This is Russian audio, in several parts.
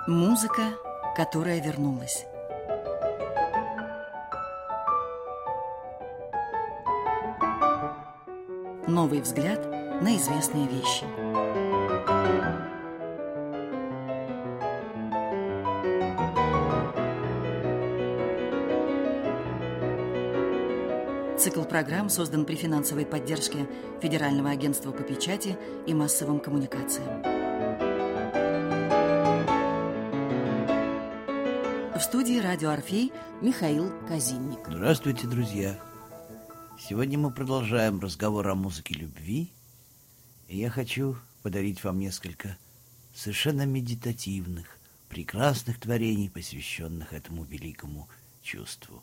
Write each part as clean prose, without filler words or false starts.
Музыка, которая вернулась. Новый взгляд на известные вещи. Цикл программ создан при финансовой поддержке Федерального агентства по печати и массовым коммуникациям. В студии «Радио Орфей» Михаил Казинник. Здравствуйте, друзья! Сегодня мы продолжаем разговор о музыке любви, и я хочу подарить вам несколько совершенно медитативных, прекрасных творений, посвященных этому великому чувству.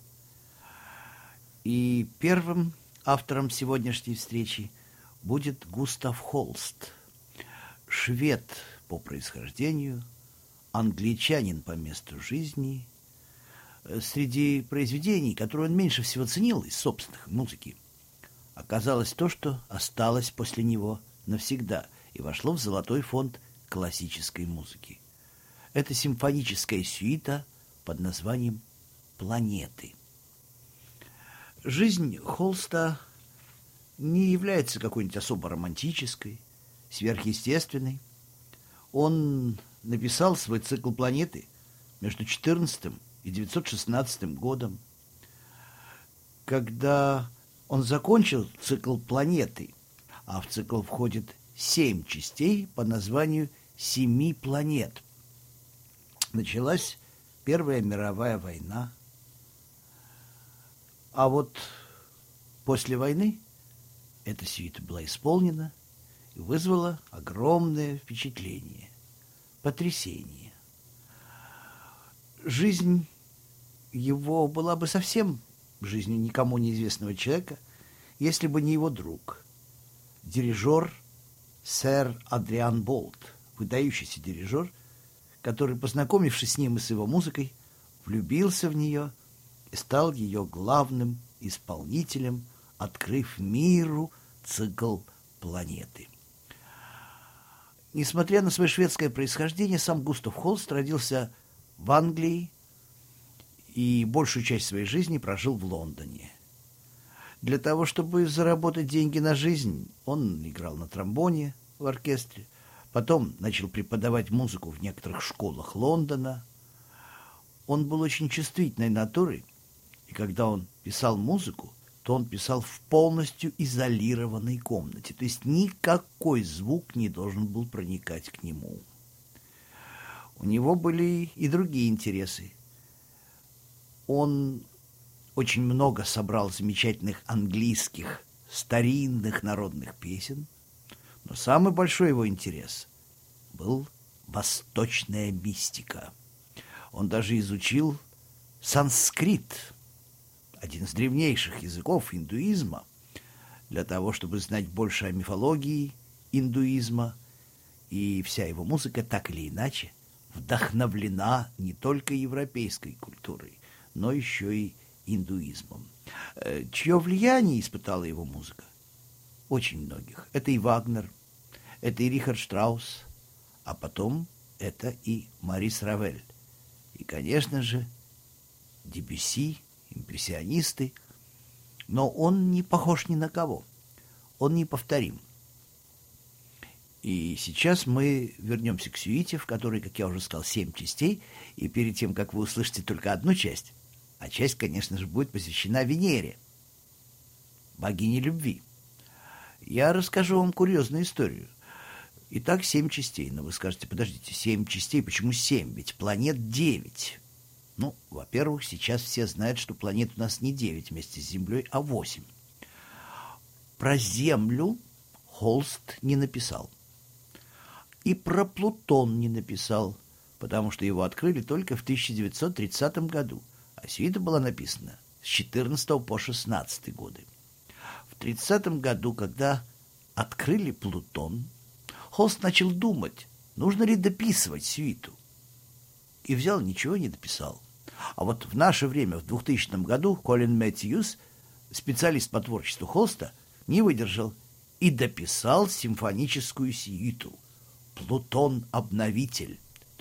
И первым автором сегодняшней встречи будет Густав Холст, швед по происхождению, англичанин по месту жизни. Среди произведений, которые он меньше всего ценил из собственных музыки, оказалось то, что осталось после него навсегда и вошло в золотой фонд классической музыки. Это симфоническая сюита под названием «Планеты». Жизнь Холста не является какой-нибудь особо романтической, сверхъестественной. Он написал свой цикл «Планеты» между 14 и 916 годом. Когда он закончил цикл «Планеты», а в цикл входит 7 частей по названию «Семи планет», началась Первая мировая война. А вот после войны эта сюита была исполнена и вызвала огромное впечатление, потрясение. Жизнь его была бы совсем жизнью никому неизвестного человека, если бы не его друг, дирижер сэр Адриан Болт, выдающийся дирижер, который, познакомившись с ним и с его музыкой, влюбился в нее и стал ее главным исполнителем, открыв миру цикл «Планеты». Несмотря на свое шведское происхождение, сам Густав Холст родился в Англии и большую часть своей жизни прожил в Лондоне. Для того, чтобы заработать деньги на жизнь, он играл на тромбоне в оркестре, потом начал преподавать музыку в некоторых школах Лондона. Он был очень чувствительной натурой, и когда он писал музыку, то он писал в полностью изолированной комнате, то есть никакой звук не должен был проникать к нему. У него были и другие интересы. Он очень много собрал замечательных английских старинных народных песен, но самый большой его интерес был восточная мистика. Он даже изучил санскрит, один из древнейших языков индуизма, для того, чтобы знать больше о мифологии индуизма, и вся его музыка так или иначе вдохновлена не только европейской культурой, но еще и индуизмом. Чье влияние испытала его музыка? Очень многих. Это и Вагнер, это и Рихард Штраус, а потом это и Морис Равель. И, конечно же, Дебюсси, импрессионисты. Но он не похож ни на кого. Он неповторим. И сейчас мы вернемся к сюите, в которой, как я уже сказал, 7 частей. И перед тем, как вы услышите только одну часть, а часть, конечно же, будет посвящена Венере, богине любви, я расскажу вам курьезную историю. Итак, 7 частей. Но вы скажете, подождите, 7 частей, почему 7? Ведь планет 9. Ну, во-первых, сейчас все знают, что планет у нас не 9 вместе с Землей, а 8. Про Землю Холст не написал. И про Плутон не написал, потому что его открыли только в 1930 году, а сюита была написана с 14 по 16 годы. В 30 году, когда открыли Плутон, Холст начал думать, нужно ли дописывать сюиту. И взял, ничего не дописал. А вот в наше время, в 2000 году, Колин Мэтьюс, специалист по творчеству Холста, не выдержал и дописал симфоническую сюиту «Плутон-обновитель», то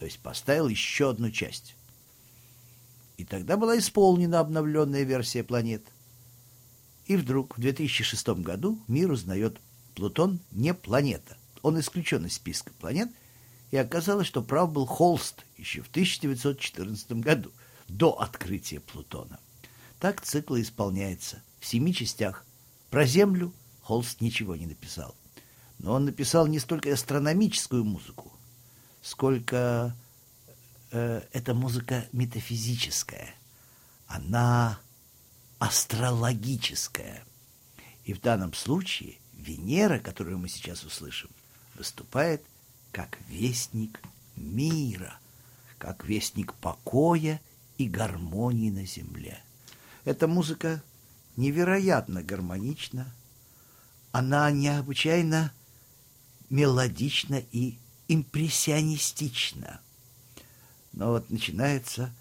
то есть поставил еще одну часть. И тогда была исполнена обновленная версия планет. И вдруг в 2006 году мир узнает, Плутон не планета. Он исключен из списка планет, и оказалось, что прав был Холст еще в 1914 году, до открытия Плутона. Так цикл исполняется в 7 частях. Про Землю Холст ничего не написал. Но он написал не столько астрономическую музыку, сколько эта музыка метафизическая. Она астрологическая. И в данном случае Венера, которую мы сейчас услышим, выступает как вестник мира, как вестник покоя и гармонии на Земле. Эта музыка невероятно гармонична, она необычайно мелодична и импрессионистична. Но вот начинается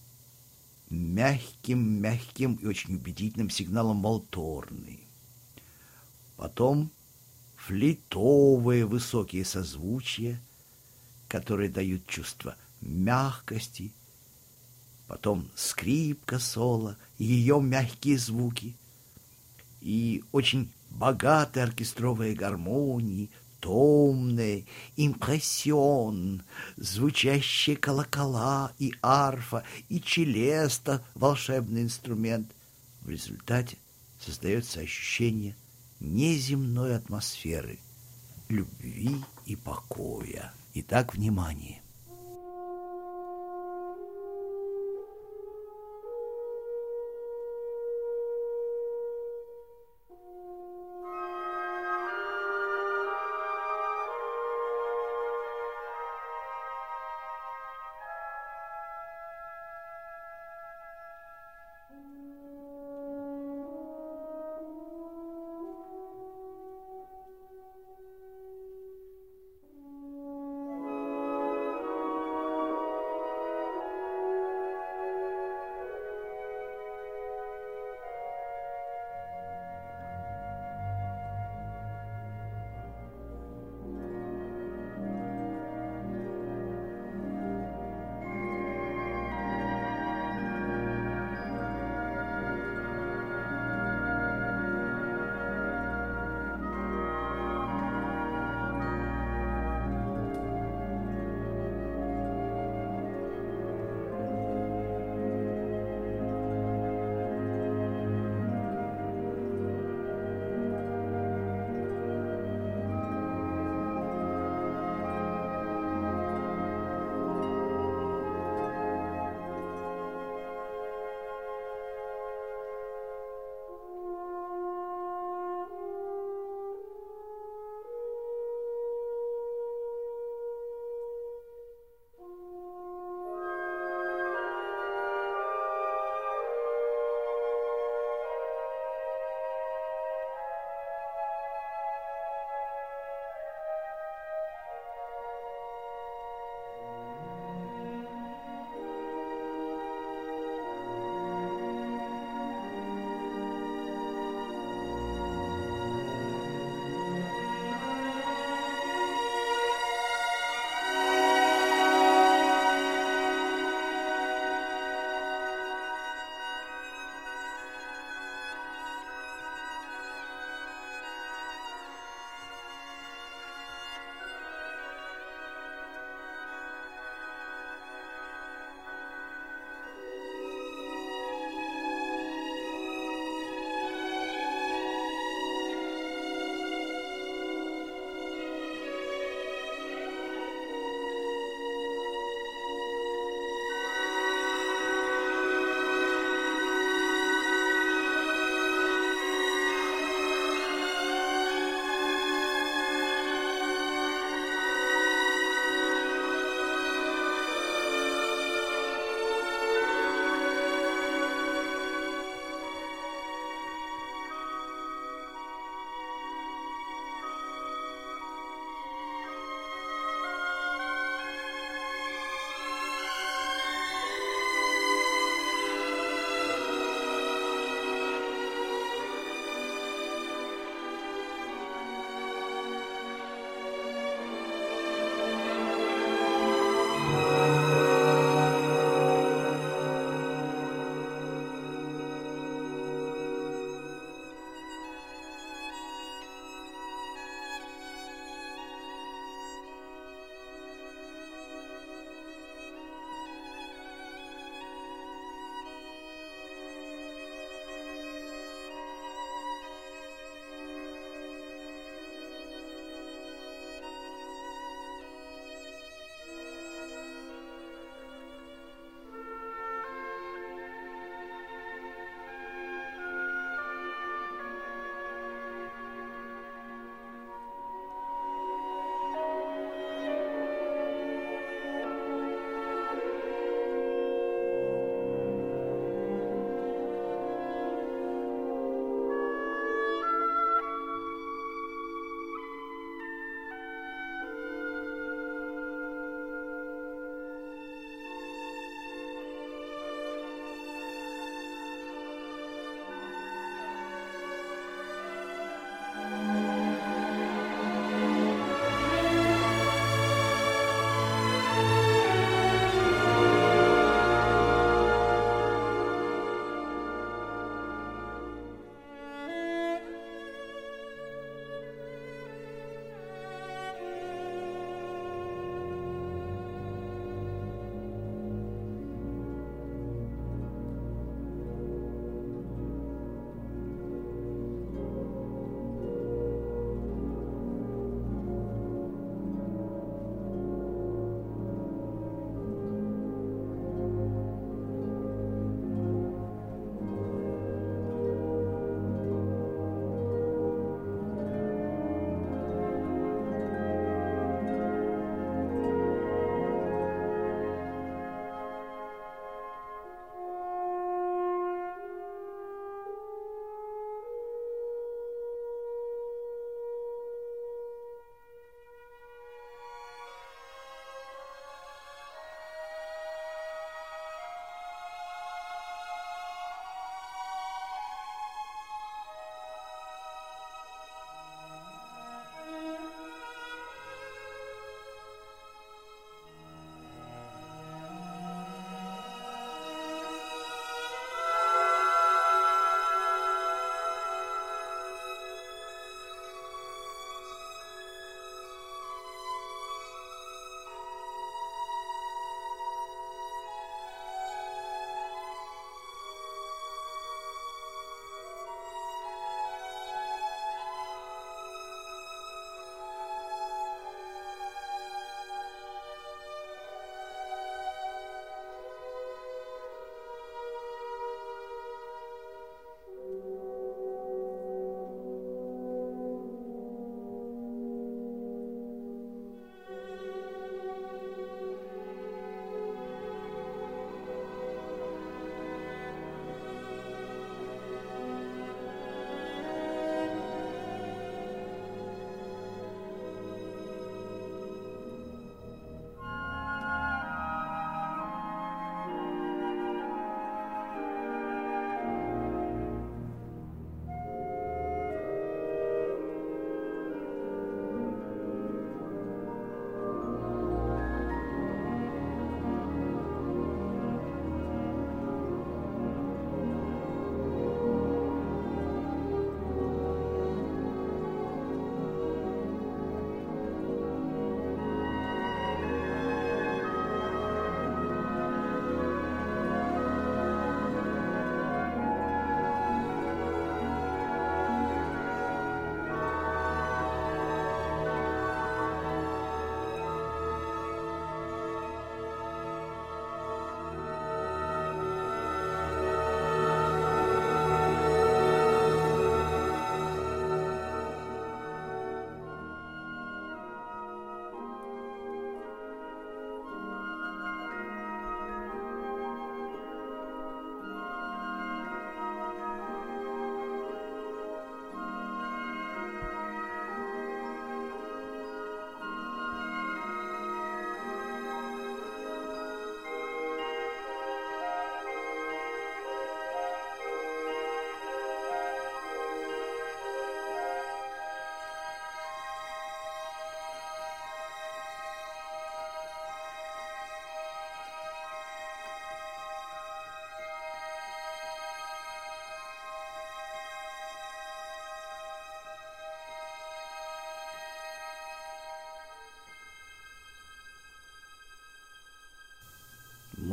мягким и очень убедительным сигналом волторный. Потом флейтовые высокие созвучия, которые дают чувство мягкости. Потом скрипка соло, ее мягкие звуки. И очень богатые оркестровые гармонии, томные, импрессион, звучащие колокола и арфа, и челеста, волшебный инструмент. В результате создается ощущение неземной атмосферы, любви и покоя. Итак, внимание!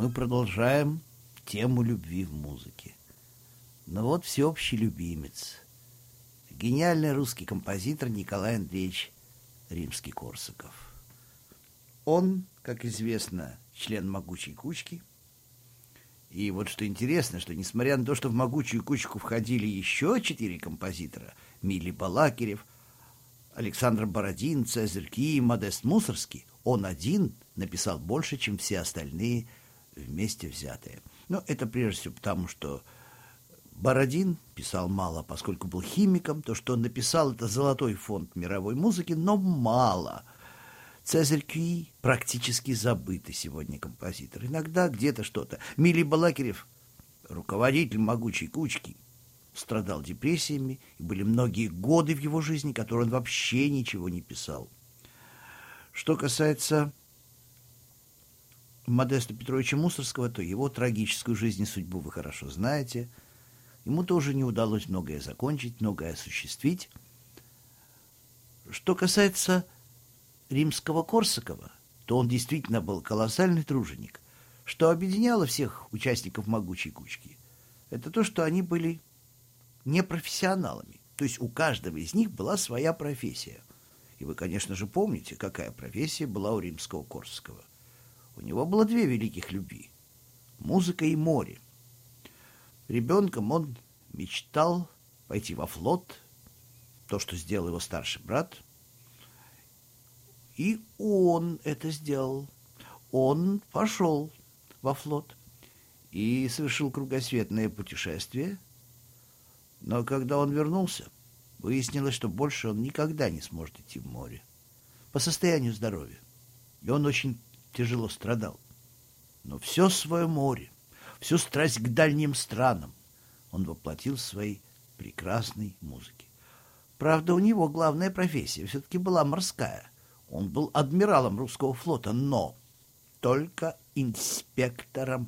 мы продолжаем тему любви в музыке. Но вот всеобщий любимец, гениальный русский композитор Николай Андреевич Римский-Корсаков. Он, как известно, член «Могучей кучки». И вот что интересно, что несмотря на то, что в «Могучую кучку» входили еще 4 композитора – Милли Балакирев, Александр Бородин, Цезарь Ки и Модест Мусоргский, он один написал больше, чем все остальные вместе взятые. Но это прежде всего потому, что Бородин писал мало, поскольку был химиком. То, что он написал, это золотой фонд мировой музыки, но мало. Цезарь Ки практически забытый сегодня композитор. Иногда где-то что-то. Милли Балакирев, руководитель «Могучей кучки», страдал депрессиями, и были многие годы в его жизни, которые он вообще ничего не писал. Что касается Модеста Петровича Мусоргского, то его трагическую жизнь и судьбу вы хорошо знаете. Ему тоже не удалось многое закончить, многое осуществить. Что касается Римского-Корсакова, то он действительно был колоссальный труженик. Что объединяло всех участников «Могучей кучки», это то, что они были непрофессионалами. То есть у каждого из них была своя профессия. И вы, конечно же, помните, какая профессия была у Римского-Корсакова. У него было 2 великих любви – музыка и море. Ребенком он мечтал пойти во флот, то, что сделал его старший брат. И он это сделал. Он пошел во флот и совершил кругосветное путешествие. Но когда он вернулся, выяснилось, что больше он никогда не сможет идти в море по состоянию здоровья. И он очень тяжело страдал. Но все свое море, всю страсть к дальним странам он воплотил в своей прекрасной музыке. Правда, у него главная профессия все-таки была морская. Он был адмиралом русского флота, но только инспектором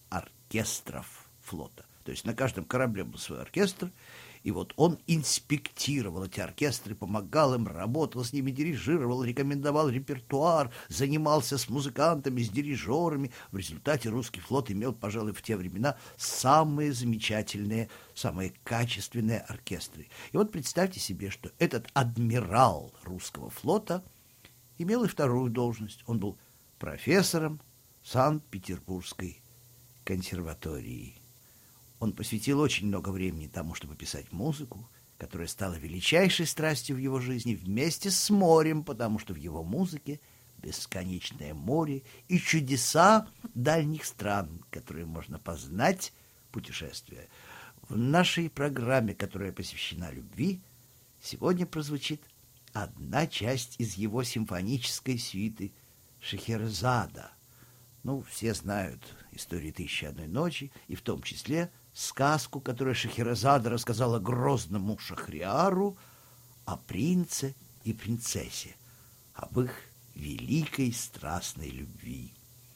оркестров флота. То есть на каждом корабле был свой оркестр, и вот он инспектировал эти оркестры, помогал им, работал с ними, дирижировал, рекомендовал репертуар, занимался с музыкантами, с дирижерами. В результате русский флот имел, пожалуй, в те времена самые замечательные, самые качественные оркестры. И вот представьте себе, что этот адмирал русского флота имел и вторую должность. Он был профессором Санкт-Петербургской консерватории. Он посвятил очень много времени тому, чтобы писать музыку, которая стала величайшей страстью в его жизни вместе с морем, потому что в его музыке бесконечное море и чудеса дальних стран, которые можно познать, путешествуя. В нашей программе, которая посвящена любви, сегодня прозвучит одна часть из его симфонической сюиты «Шехерезада». Ну, все знают историю «Тысячи и одной ночи», и в том числе сказку, которую Шехерезада рассказала грозному Шахриару о принце и принцессе, об их великой страстной любви.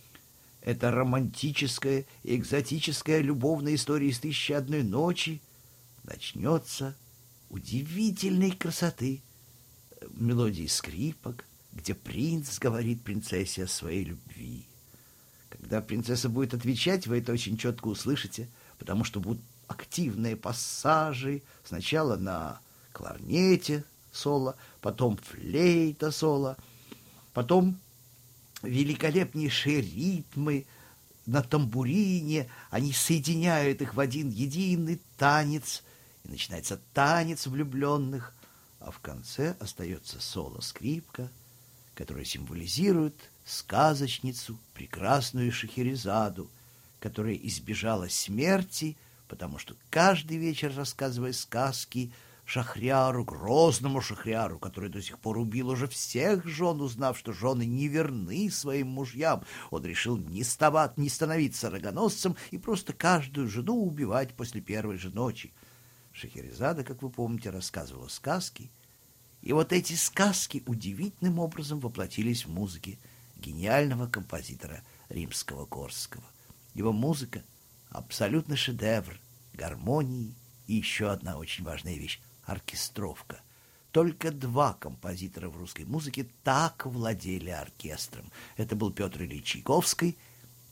Эта романтическая и экзотическая любовная история из «Тысячи и одной ночи» начнется удивительной красоты мелодии скрипок, где принц говорит принцессе о своей любви. Когда принцесса будет отвечать, вы это очень четко услышите, потому что будут активные пассажи. Сначала на кларнете соло, потом флейта соло, потом великолепнейшие ритмы на тамбурине. Они соединяют их в один единый танец, и начинается танец влюбленных, а в конце остается соло-скрипка, которая символизирует сказочницу, прекрасную Шахерезаду, которая избежала смерти, потому что каждый вечер, рассказывая сказки Шахряру, грозному Шахряру, который до сих пор убил уже всех жен, узнав, что жены не верны своим мужьям, он решил не становиться рогоносцем и просто каждую жену убивать после первой же ночи. Шахерезада, как вы помните, рассказывала сказки, и вот эти сказки удивительным образом воплотились в музыке гениального композитора Римского-Корсакова. Его музыка — абсолютно шедевр, гармонии и еще одна очень важная вещь — оркестровка. Только 2 композитора в русской музыке так владели оркестром. Это был Петр Ильич Чайковский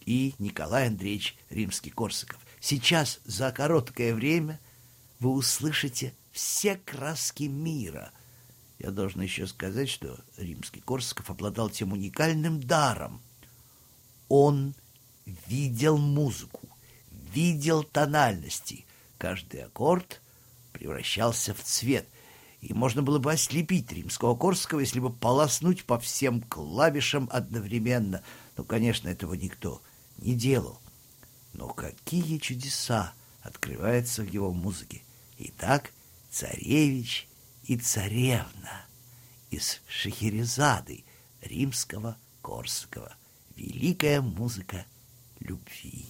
и Николай Андреевич Римский-Корсаков. Сейчас за короткое время вы услышите все краски мира. Я должен еще сказать, что Римский-Корсаков обладал тем уникальным даром. Он видел музыку, видел тональности. Каждый аккорд превращался в цвет. И можно было бы ослепить Римского-Корсакова, если бы полоснуть по всем клавишам одновременно. Но, конечно, этого никто не делал. Но какие чудеса открываются в его музыке. Итак, царевич и царевна из Шахерезады Римского-Корсакова. Великая музыка любви.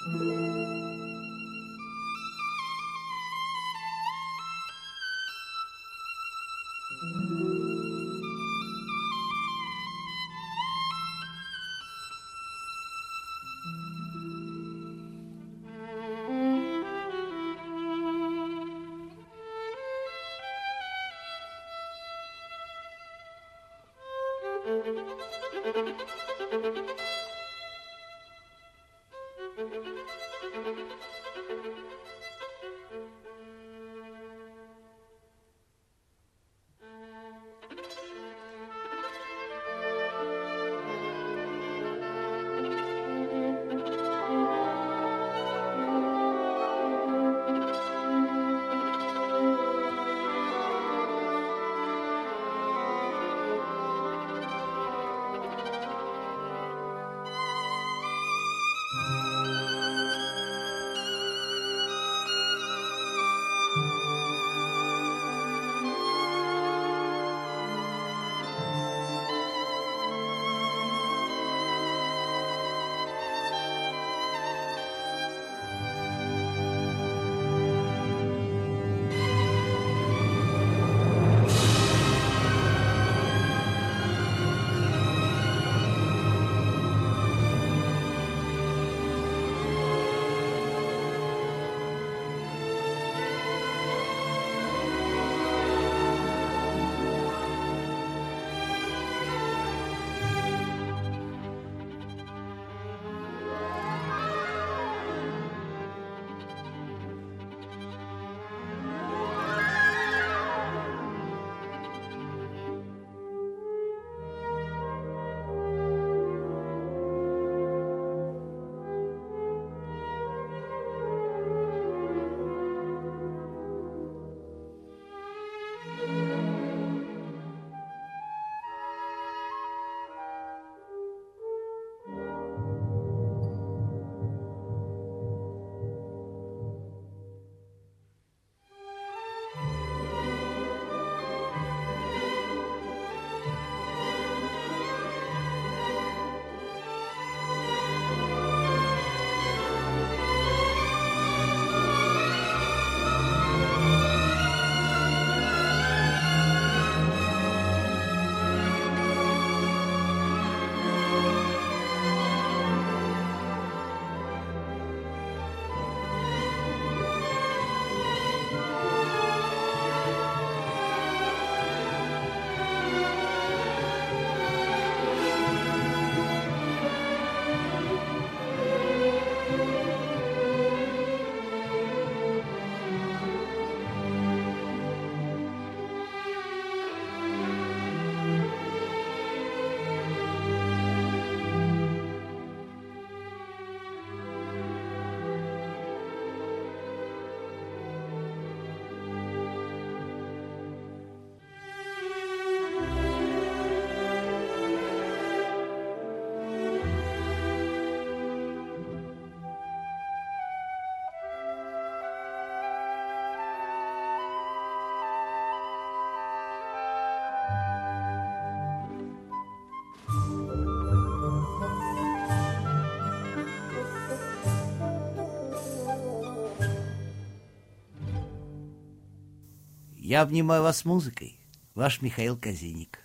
Я обнимаю вас музыкой, ваш Михаил Казиник.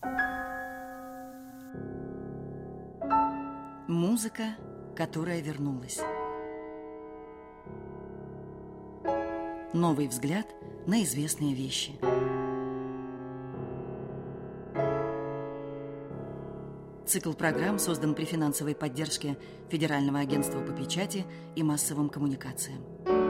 Музыка, которая вернулась. Новый взгляд на известные вещи. Цикл программ создан при финансовой поддержке Федерального агентства по печати и массовым коммуникациям.